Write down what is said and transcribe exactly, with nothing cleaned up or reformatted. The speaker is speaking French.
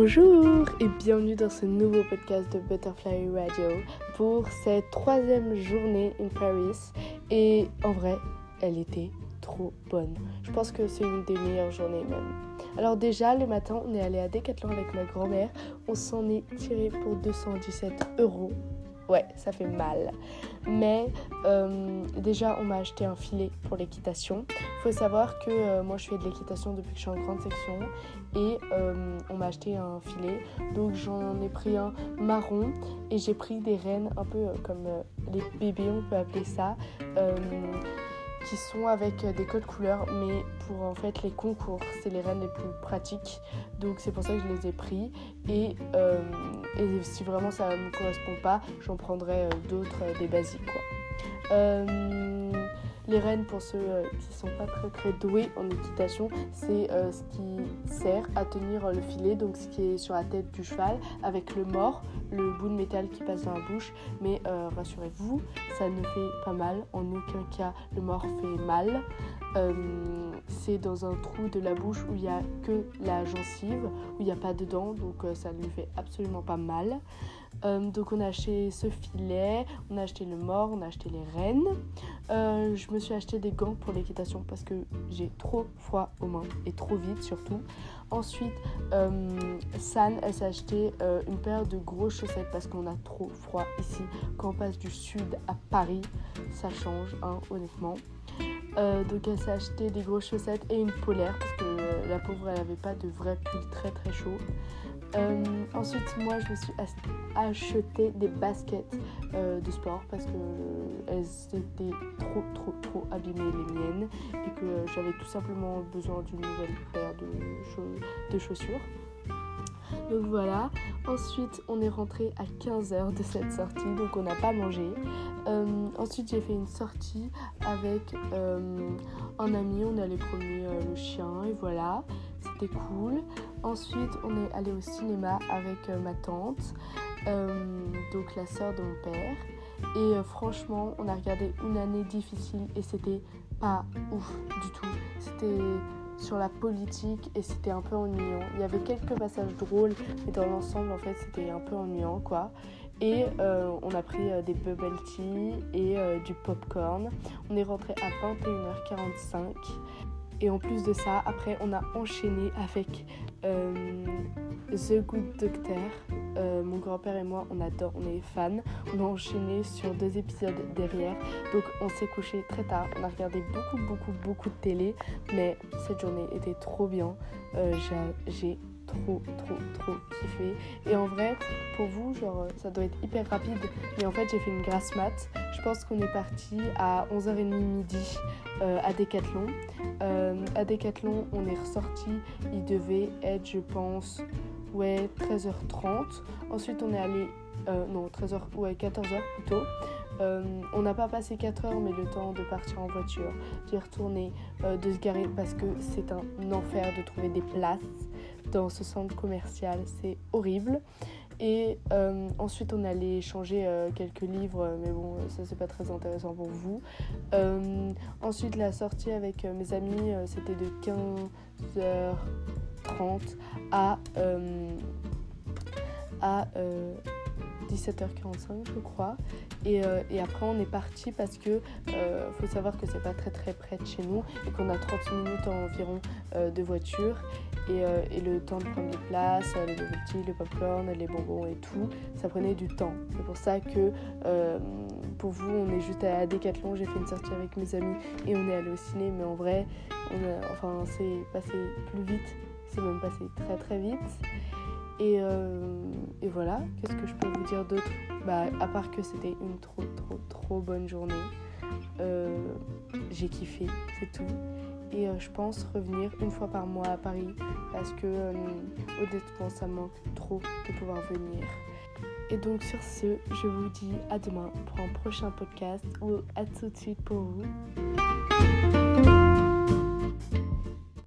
Bonjour et bienvenue dans ce nouveau podcast de Butterfly Radio pour cette troisième journée in Paris. Et en vrai, elle était trop bonne. Je pense que c'est une des meilleures journées même. Alors déjà, le matin, on est allé à Decathlon avec ma grand-mère. On s'en est tiré pour deux cent dix-sept euros. Ouais, ça fait mal. Mais euh, déjà, on m'a acheté un filet pour l'équitation. Il faut savoir que euh, moi, je fais de l'équitation depuis que je suis en grande section. Et euh, on m'a acheté un filet. Donc, j'en ai pris un marron. Et j'ai pris des rennes un peu euh, comme euh, les bébés, on peut appeler ça. Euh, qui sont avec des codes couleurs, mais pour en fait les concours, c'est les rennes les plus pratiques, donc c'est pour ça que je les ai pris. Et, euh, et si vraiment ça ne me correspond pas, j'en prendrai euh, d'autres, euh, des basiques quoi. Euh, les rennes, pour ceux euh, qui ne sont pas très très doués en équitation, c'est euh, ce qui sert à tenir euh, le filet, donc ce qui est sur la tête du cheval avec le mors, le bout de métal qui passe dans la bouche. Mais euh, rassurez-vous, ça ne fait pas mal, en aucun cas le mors fait mal. Euh, c'est dans un trou de la bouche où il n'y a que la gencive, où il n'y a pas de dents, donc euh, ça ne lui fait absolument pas mal. Euh, donc on a acheté ce filet, on a acheté le mors, on a acheté les rennes. Euh, je me suis acheté des gants pour l'équitation parce que j'ai trop froid aux mains et trop vite surtout. Ensuite, euh, San, elle s'est acheté euh, une paire de grosses chaussettes parce qu'on a trop froid ici. Quand on passe du sud à Paris, ça change, hein, honnêtement. Euh, donc elle s'est acheté des grosses chaussettes et une polaire parce que euh, la pauvre, elle n'avait pas de vrai pull très très chaud. Euh, ensuite, moi, je me suis acheté des baskets euh, de sport parce que euh, elles étaient trop, trop, trop abîmées, les miennes, et que euh, j'avais tout simplement besoin d'une nouvelle paire de, cha- de chaussures. Donc voilà. Ensuite, on est rentré à quinze heures de cette sortie, donc on n'a pas mangé. Euh, ensuite, j'ai fait une sortie avec euh, un ami. On allait promener euh, le chien et voilà, c'était cool. Ensuite, on est allé au cinéma avec euh, ma tante, euh, donc la sœur de mon père. Et euh, franchement, on a regardé Une année difficile et c'était pas ouf du tout. C'était sur la politique et c'était un peu ennuyant. Il y avait quelques passages drôles, mais dans l'ensemble, en fait, c'était un peu ennuyant, quoi. Et euh, on a pris euh, des bubble tea et euh, du popcorn. On est rentré à vingt et une heures quarante-cinq. Et en plus de ça, après, on a enchaîné avec euh, The Good Doctor. Euh, mon grand-père et moi, on adore, on est fans. On a enchaîné sur deux épisodes derrière. Donc, on s'est couché très tard. On a regardé beaucoup, beaucoup, beaucoup de télé. Mais cette journée était trop bien. Euh, j'ai, j'ai trop, trop, trop kiffé. Et en vrai, pour vous, genre, ça doit être hyper rapide. Mais en fait, j'ai fait une grasse mat. Je pense qu'on est parti à onze heures trente midi euh, à Decathlon. Euh, à Decathlon, on est ressorti. Il devait être, je pense, ouais, treize heures trente. Ensuite, on est allé... Euh, non, treize heures, ouais, quatorze heures plutôt. Euh, on n'a pas passé quatre heures, mais le temps de partir en voiture, d'y retourner, euh, de se garer, parce que c'est un enfer de trouver des places dans ce centre commercial. C'est horrible. Et euh, ensuite, on allait changer euh, quelques livres, mais bon, ça, c'est pas très intéressant pour vous. Euh, ensuite, la sortie avec euh, mes amis, euh, c'était de quinze heures trente à, euh, à euh, dix-sept heures quarante-cinq, je crois. Et, euh, et après, on est parti parce que euh, faut savoir que c'est pas très très près de chez nous et qu'on a trente minutes environ euh, de voiture. Et, euh, et le temps de prendre les places, les bubble tea, le popcorn, les bonbons et tout, ça prenait du temps. C'est pour ça que euh, pour vous, on est juste à Decathlon. J'ai fait une sortie avec mes amis et on est allé au ciné, mais en vrai, on a, enfin, c'est passé plus vite. C'est même passé très très vite. Et, euh, et voilà, qu'est-ce que je peux vous dire d'autre ? Bah, à part que c'était une trop trop trop bonne journée. Euh, j'ai kiffé, c'est tout. Et euh, je pense revenir une fois par mois à Paris parce que euh, honnêtement ça me manque trop de pouvoir venir. Et donc sur ce, je vous dis à demain pour un prochain podcast ou à tout de suite pour vous.